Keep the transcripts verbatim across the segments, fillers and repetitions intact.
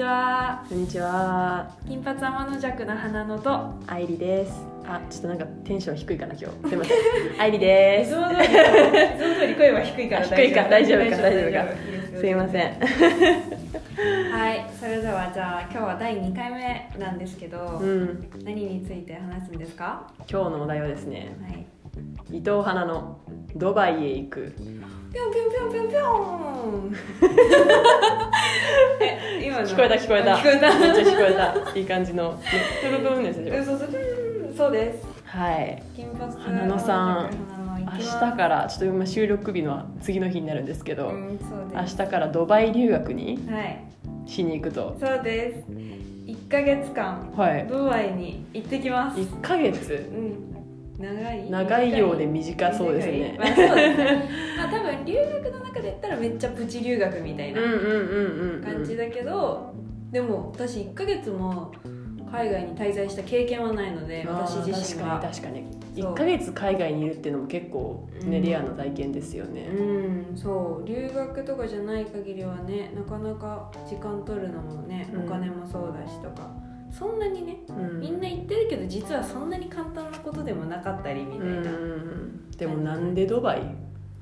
は。 こんにちは。 金髪天の弱の花野と愛理です。あ、ちょっとなんかテンション低いかな今日。すいません。愛理です。 いつも通り、いつも通り声は低いから大丈夫。 低いか大丈夫か大丈夫か。すいません。 はい、それではじゃあ今日はだいにかいめなんですけど、 うん、何について話すんですか？ 今日のお題はですね、 はい、 伊藤花のドバイへ行く。 ぴょんぴょんぴょんぴょんぴょんえ、今の聞こえた聞こえた聞こえためっちゃ聞こえた。いい感じのトゥルトゥルンですよ。 そうそうそうです。 はい。 金髪花野さん、明日からちょっと今収録日の次の日になるんですけど、うん、そうです。明日からドバイ留学にしに行くと。 そうです。いっかげつかん、はい、ドバイに行ってきます。 いっかげつ、 うん長い長いようで短そうですね。 まあそうですね。まあ多分留学の中で言ったらめっちゃプチ留学みたいな感じだけど、でも私いっかげつも海外に滞在した経験はないので、私自身は。 確かに確かに。いっかげつ海外にいるっていうのも結構ね、うん、レアな体験ですよね。 うん、そう留学とかじゃない限りはね、なかなか時間取るのもね、お金もそうだしとか。そんなにね、うん、みんな言ってるけど実はそんなに簡単なことでもなかったりみたいな。うん、 でもなんでドバイ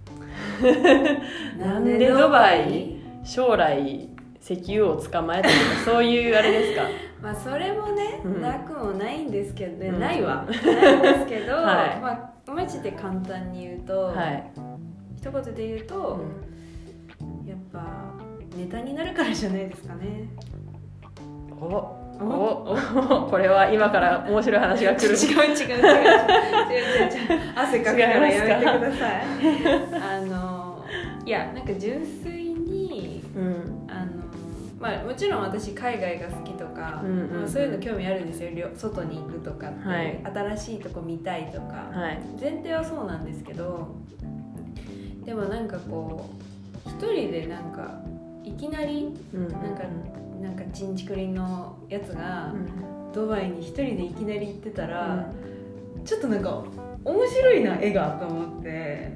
なんでドバイ将来石油を捕まえたとかそういうあれですか？ まあそれもね、うん、なくもないんですけどね、うん、ないわないんですけど、はい、まあマジで簡単に言うと、はい、一言で言うと、うん、やっぱネタになるからじゃないですかね。 おおおこれは今から面白い話が来る。 違う違う違う違う違う違う汗かくからやめてください。あのいやなんか純粋に、うん、あのまあもちろん私海外が好きとか、うんうんうんまあ、そういうの興味あるんですよ。外に行くとかって、はい、新しいとこ見たいとか、はい、前提はそうなんですけど、でもなんかこう一人でなんかいきなりなんか、うんなんかチンチクリンのやつがドバイに一人でいきなり行ってたら、うん、ちょっとなんか面白いな絵がと思って。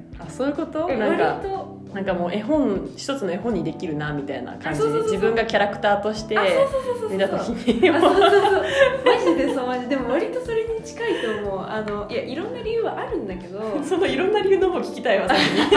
あ、そういうこと？なんかなんかもう絵本一つの絵本にできるなみたいな感じで自分がキャラクターとして見た時にあそうそうそうマジでそうマジでも割とそれに近いと思う。あのいやいろんな理由はあるんだけどそのいろんな理由の方聞きたいわ。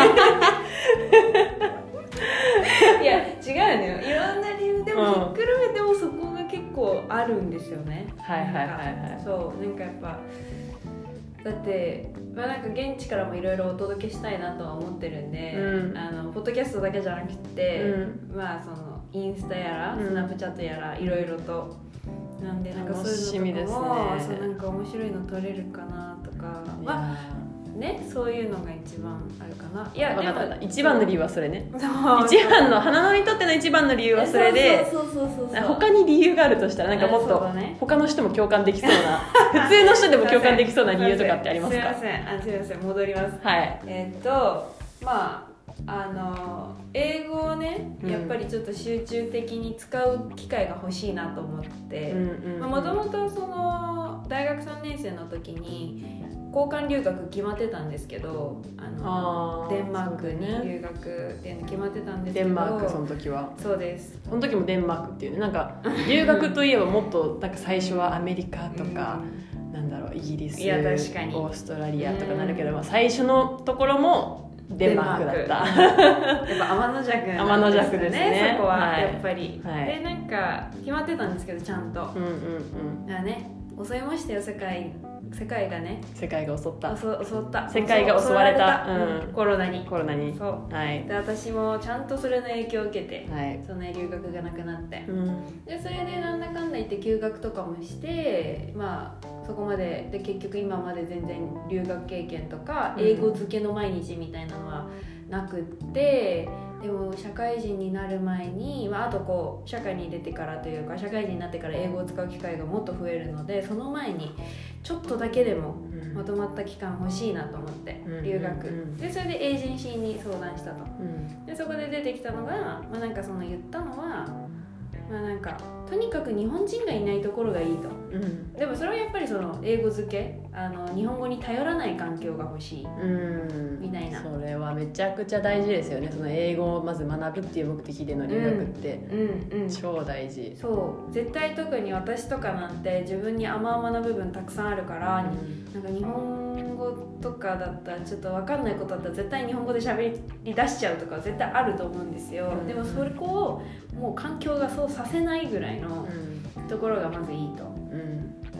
いや違うのよ。いろんな理由でもひっくるめてもそこが結構あるんですよね。 はいはいはいはい。 そうなんかやっぱだって、まあ、なんか現地からもいろいろお届けしたいなとは思ってるんで、うん、あのポッドキャストだけじゃなくて、うん、まあそのインスタやら、うん、スナップチャットやらいろいろとなんでなんかそういうのとかも、ね、そうなんか面白いの撮れるかなとかまあね、そういうのが一番あるかな。いやでも一番の理由はそれね。一番の花野にとっての一番の理由はそれで、他に理由があるとしたらなんかもっと他の人も共感できそうな普通の人でも共感できそうな理由とかってありますか？ すいません、あすいません戻ります。 はい。えー、っとまああの英語をねやっぱりちょっと集中的に使う機会が欲しいなと思って、もともとその大学さんねん生の時に交換留学決まってたんですけど、あのあデンマークに留学っていうの決まってたんですけど、 デンマークその時はそうです。 その時もデンマークっていうね、なんか留学といえばもっとなんか最初はアメリカとか、うん、なんだろうイギリス、 いや確かにオーストラリアとかなるけど、うん、まあ、最初のところもデンマークだった。 やっぱ天の弱なんですね。 天の弱ですね。 そこはやっぱり、 はい、 でなんか決まってたんですけどちゃんと。 うんうんうん。 だからね。襲いましたよ世界世界がね世界が襲った襲った世界が襲われた、 うん、コロナにコロナにそう、 はい、 で私もちゃんとそれの影響を受けて、はい、その留学がなくなって、うん、でそれでなんだかんだ言って休学とかもしてまあそこまでで結局今まで全然留学経験とか英語漬けの毎日みたいなのはなくって、でも社会人になる前に、まあ、あとこう社会に出てからというか社会人になってから英語を使う機会がもっと増えるので、その前にちょっとだけでもまとまった期間欲しいなと思って、うん、留学、うん、でそれでエージェンシーに相談したと、うん、でそこで出てきたのが、まあ、なんかその言ったのは、まあ、なんかとにかく日本人がいないところがいいと、うん、でもそれはやっぱりその英語漬けあの日本語に頼らない環境が欲しいみたいな。 それはめちゃくちゃ大事ですよね。その英語をまず学ぶっていう目的での留学って、うんうんうん、超大事。 そう絶対特に私とかなんて自分に甘々な部分たくさんあるから、うん、なんか日本語とかだったらちょっと分かんないことだったら絶対日本語で喋り出しちゃうとか絶対あると思うんですよ、うん、でもそれをもう環境がそうさせないぐらいのところがまずいいと、うん、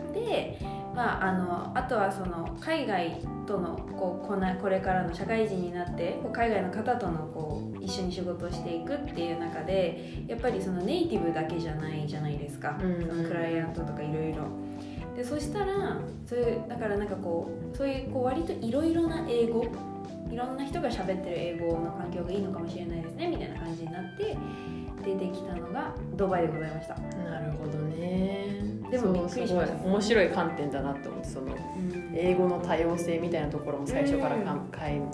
でまあ、あのあとはその海外とのこうこなこれからの社会人になってこう海外の方とのこう一緒に仕事をしていくっていう中でやっぱりそのネイティブだけじゃないじゃないですか、うんうん、そのクライアントとかいろいろでそしたらそういうだからなんかこうそういう、こう割といろいろな英語いろんな人が喋ってる英語の環境がいいのかもしれないですねみたいな感じになって出てきたのがドバイでございました。 なるほどね。 でもびっくりしました。 面白い観点だなって思って、その、うん、英語の多様性みたいなところも最初からかん、うん、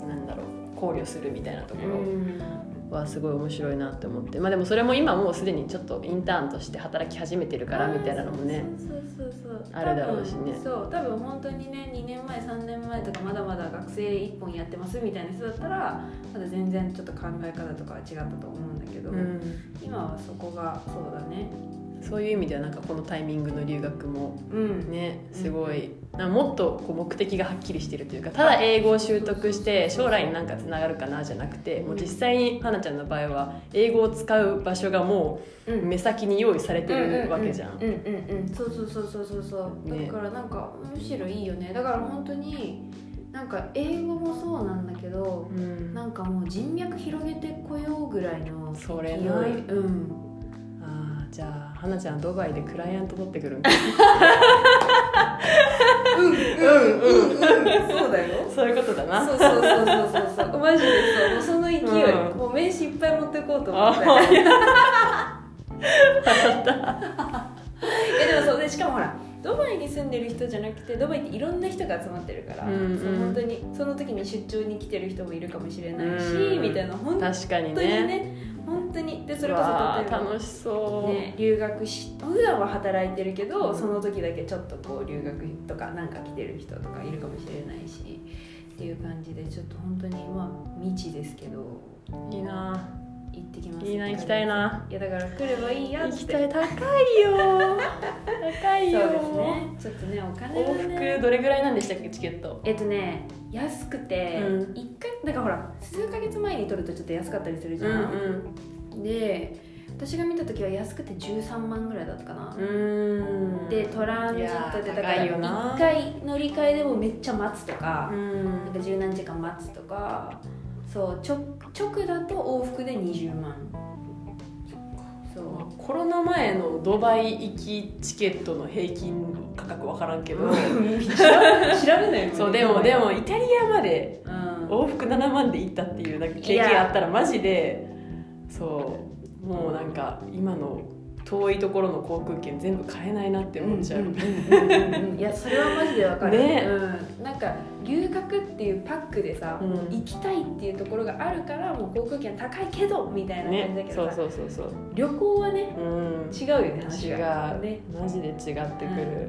なんだろう考慮するみたいなところはすごい面白いなって思って、まあでもそれも今もうすでにちょっとインターンとして働き始めてるからみたいなのもね、 そうそうそうそうあるだろうしね。 そう多分本当にねにねんまえさんねんまえとかまだまだ学生一本やってますみたいな人だったらまだ全然ちょっと考え方とかは違ったと思うんだけど、うん、今はそこがそうだね。 そういう意味ではなんかこのタイミングの留学もね、うん、すごいなんかもっとこう目的がはっきりしてるというか、ただ英語を習得して将来になんかつながるかなじゃなくて、もう実際に花ちゃんの場合は英語を使う場所がもう目先に用意されてるわけじゃん。 うんうんうんそうそうそうそうそうそう、ね、だからなんかむしろいいよね。だから本当になんか英語もそうなんだけど、うん、なんかもう人脈広げてこようぐらいの勢い。 それな、うんじゃあ花ちゃんドバイでクライアント取ってくるんかうんうんうんうんそうだよ。 そういうことだな。 そうそうそうそうそうマジでそうもうその勢い、うん、もう名刺いっぱい持ってこうと思って。いやでもそうでしかもほらドバイに住んでる人じゃなくてドバイっていろんな人が集まってるから、うんうん、そう本当にその時に出張に来てる人もいるかもしれないし、うん、みたいな本当に確かにね本当にでそれこそ例えば楽しそう、 ね、留学し普段は働いてるけど、うん、その時だけちょっとこう留学とかなんか来てる人とかいるかもしれないしっていう感じでちょっと本当にまあ未知ですけどいいな行ってきます。 いいな行きたいな。 いやだから来ればいいやって。 行きたい高いよ高いよ。 そうですね。ちょっとねお金がね。 往復どれぐらいなんでしたっけチケット？ えっとね安くて、うん、いっかいだからほら数ヶ月前に取るとちょっと安かったりするじゃん。うんうん、で私が見た時は安くてじゅうさんまんぐらいだったかな。うんでトランジットでだからいっかい乗り換えでもめっちゃ待つとか、なんか十何時間待つとか。そう直直だと往復でにじゅうまん。 そうコロナ前のドバイ行きチケットの平均価格分からんけど調べないよ。 そうでもでもイタリアまで往復ななまんで行ったっていうなんか経験あったらマジでそうもうなんか今の遠いところの航空券全部買えないなって思っちゃう。 いやそれはマジでわかる、ねうん、なんか留学っていうパックでさ、うん、行きたいっていうところがあるからもう航空券高いけどみたいな感じだけどさ、ね、そうそうそうそう旅行はね、うん、違うよね話が違う、ね、マジで違ってくる、うん、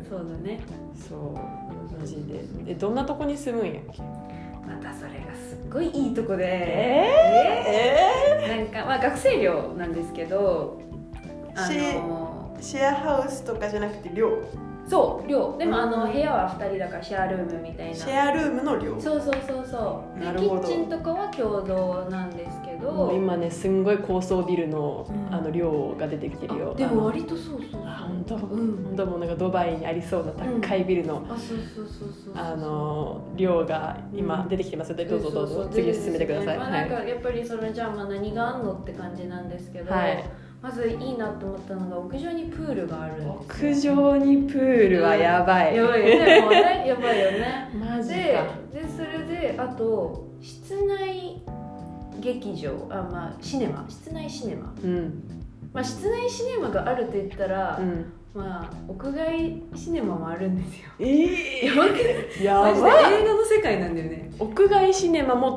そうだねそうマジでえどんなとこに住むんやっけ。 またそれがすっごいいいとこでえー、 えー、なんかまあ学生寮なんですけどあのシェアハウスとかじゃなくて寮。 そう寮でもあの部屋はふたりだからシェアルームみたいな。 シェアルームの寮。 そうそうそうそうでキッチンとかは共同なんですけどもう今ねすんごい高層ビルの、うん、あの寮が出てきてるよ。 でも割とそうそうそう本当、うん、本当もうなんかドバイにありそうな高いビルの、うん、 あそうそうそうそうあの寮が今出てきてますので、うん、どうぞどうぞ次進めてください。 まあ、なんかやっぱりそれじゃあまあ何があんのって感じなんですけど、はいまずいいなと思ったのが屋上にプールがあるんですよ。 屋上にプールはやばい、 うん、やばいよねもうねやばいよねマジか。 で、でそれであと室内劇場あまあシネマ室内シネマ、うんまあ、室内シネマがあると言ったら、うんまあ屋外シネマもあるんですよ。 えー、 やばくない？やばい。マジで映画の世界なんだよね。 屋外シネマも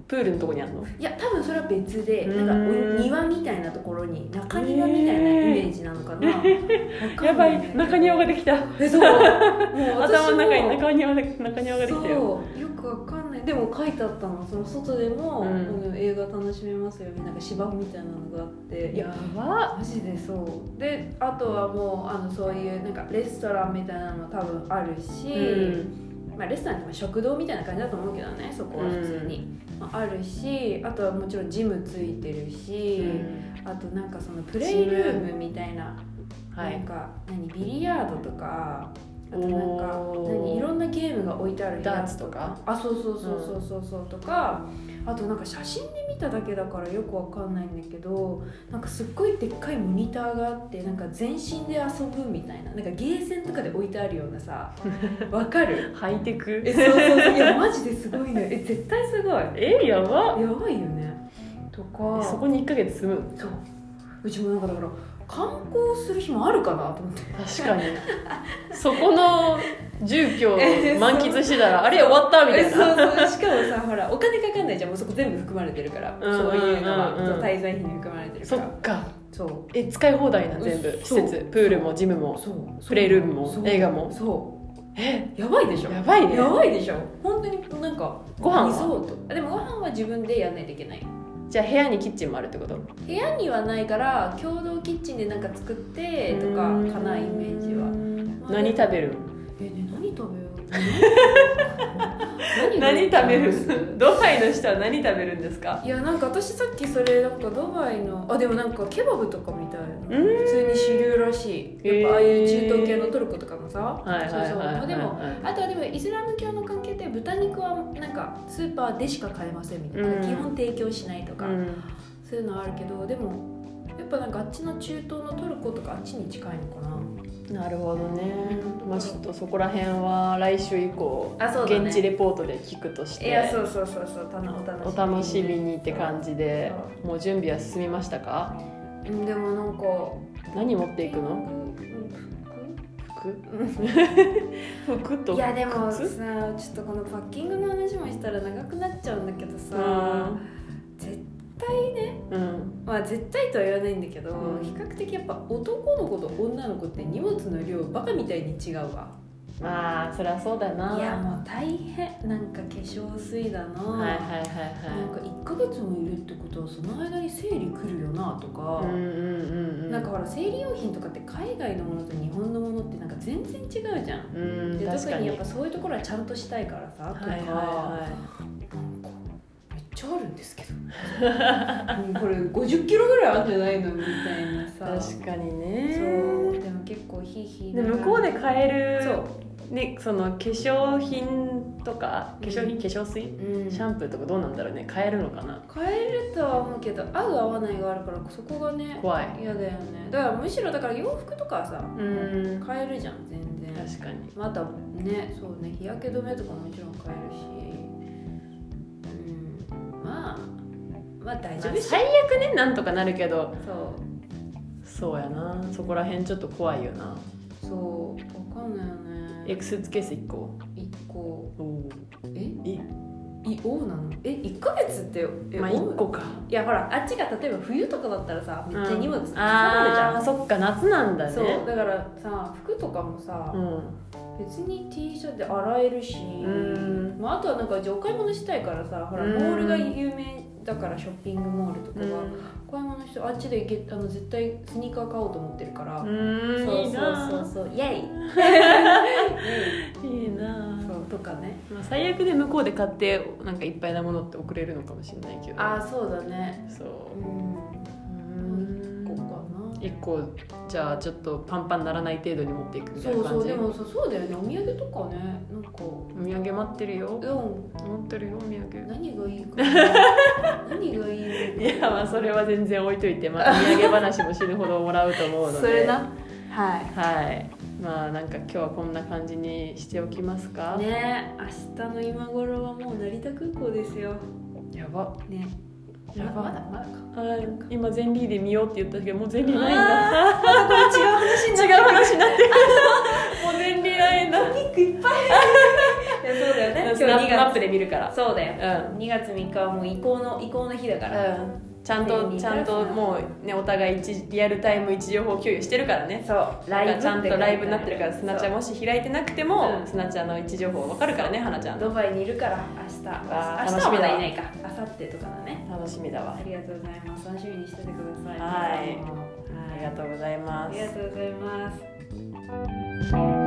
プールのとこにあるの？ いや多分それは別で、なんか庭みたいなところに中庭みたいなイメージなのかな。 やばい、中庭ができた。 えそうもう頭の中に中庭が中庭ができたよ。 そうよくわかんない。でも書いてあったの、その外でも、うん、映画楽しめますよみたいな芝生みたいなのがあって、 やばマジでそうで、あとはもうあのそういうなんかレストランみたいなのも多分あるし、うんまあ、レストランって食堂みたいな感じだと思うけどね、そこは普通に、うんまあ、あるし、あとはもちろんジムついてるし、うん、あとなんかそのプレイルームみたいな、はい、なんか何ビリヤードとか、あとなんか何いろんなゲームが置いてあるダーツとか、 あそうそうそうそうそうそうとか、あとなんか写真で見ただけだからよくわかんないんだけど、なんかすっごいでっかいモニターがあって、なんか全身で遊ぶみたいな、なんかゲーセンとかで置いてあるようなさ、わかる？ ハイテク。 えそうそうそう、いやマジですごいね。え絶対すごい。 えやば。 やばいよね。とか。 そこにいっかげつ住む。 そう。うちもなんかだから。観光する日もあるかなと思って。 確かにそこの住居を満喫してたらあれ終わったみたいな。 そうそうしかもさほらお金かかんないじゃん、もうそこ全部含まれてるから、うんうんうんうん、そういうのは滞在費に含まれてるから。 そっか。 そうえ使い放題な全部施設、プールもジムもプレイルームも映画も。 そうえやばいでしょ。 やばいね。 やばいでしょ本当に。なんかご飯はリゾート。でもご飯は自分でやんないといけない。 じゃあ部屋にキッチンもあるってこと？ 部屋にはないから共同キッチンでなんか作ってとかかな、イメージは。 何食べるの？ えね何食べる何, 何食べるドバイの人は何食べるんですか？ いやなんか私さっきそれなんかドバイのあでもなんかケバブとかみたいな普通に主流らしい。やっぱああいう中東系のトルコとかもさ、そうそう。でもあとはでもイスラム教の関係で豚肉はなんかスーパーでしか買えませんみたいな、うん、基本提供しないとか、うん、そういうのはあるけど、でもやっぱなんかあっちの中東のトルコとかあっちに近いのかな。 なるほどね、まあ、ちょっとそこら辺は来週以降、ね、現地レポートで聞くとして、 いやそうそうそうそうお楽しみにって感じで、もう準備は進みましたか？ でもなんか何持っていくの？服？服と靴？ いやでもさちょっとこのパッキングの話もしたら長くなっちゃうんだけどさ、絶対ね、うん、まあ絶対とは言わないんだけど、うん、比較的やっぱ男の子と女の子って荷物の量バカみたいに違うわ。 まあそりゃそうだな。 いやもう大変。なんか化粧水だな、はいはいはいはい、なんかいっかげつもいるってことはその間に生理来るよなとか、うんうんうんうん、なんかほら生理用品とかって海外のものと日本のものってなんか全然違うじゃん、うん、で特にやっぱそういうところはちゃんとしたいからさとか、はいはいはい、なんかめっちゃあるんですけどうん、これごじゅっキロぐらいあるんじゃないのみたいなさ。 確かにね。 そうでも結構ヒーヒーで向こうで買えるそうね、その化粧品とか化粧品、うん、化粧水、うん、シャンプーとかどうなんだろうね。買えるのかな。 買えるとは思うけど合う合わないがあるからそこがね怖い。 嫌だよね。だからむしろだから洋服とかはさ、うん、買えるじゃん全然。 確かに。 またねそうね日焼け止めとかももちろん買えるし、うん、まあまあ大丈夫、まあ、 最悪ねなんとかなるけど、そうそうやな。そこら辺ちょっと怖いよな。 そう分かんないよね。 エクスーツケースいっこいっこおええいおなのえいっかげつってえまあいっこか。 いやほらあっちが例えば冬とかだったらさめっちゃ荷物かさばるじゃん、 うん、あそっか夏なんだね。 そうだからさ服とかもさ、うん、別に T シャツで洗えるし、うんまあ、あとはなんかじゃあお買い物したいからさほら、うん、モールが有名だからショッピングモールとかは、うん、お買い物してあっちで行けあの絶対スニーカー買おうと思ってるから。 うんそういいなそうそうそうイエイいいなそうとかね、 まあ、最悪で向こうで買ってなんかいっぱいなものって送れるのかもしれないけど。 ああそうだね。 そううんいっこかないっこじゃあちょっとパンパンならない程度に持っていくみたいな感じ。 そうそうでもさそうだよね。お土産とかねなんかお土産待ってるよ。うん待ってるよお土産。 何がいいかな何がいいのいやまあそれは全然置いといて、まあ、お土産話も死ぬほどもらうと思うのでそれなはいはいまあなんか今日はこんな感じにしておきますかね。明日の今頃はもう成田空港ですよ。 やばねやばまだまだか、 はい、今ゼンリーで見ようって言ったけどもうゼンリーないんだ。 またこれ違う話になってる違う話になってるもうゼンリーないんだ。 ピンクいっぱいいそうだよね。 スナップマップで見るから。 そうだよ、うん、にがつみっかはもう移行の移行の日だから、うん、 ちゃんとちゃんともうねお互い一リアルタイム位置情報共有してるからね。 そうライブちゃんとライブになってるから、すなちゃんもし開いてなくても、すなちゃんの位置情報分かるからね、はなちゃん。 ドバイにいるから明日明日はまだいないか、明後日とかだね。 楽しみだわ。 ありがとうございます。楽しみにしててください。 はい、ありがとうございます。 ありがとうございます。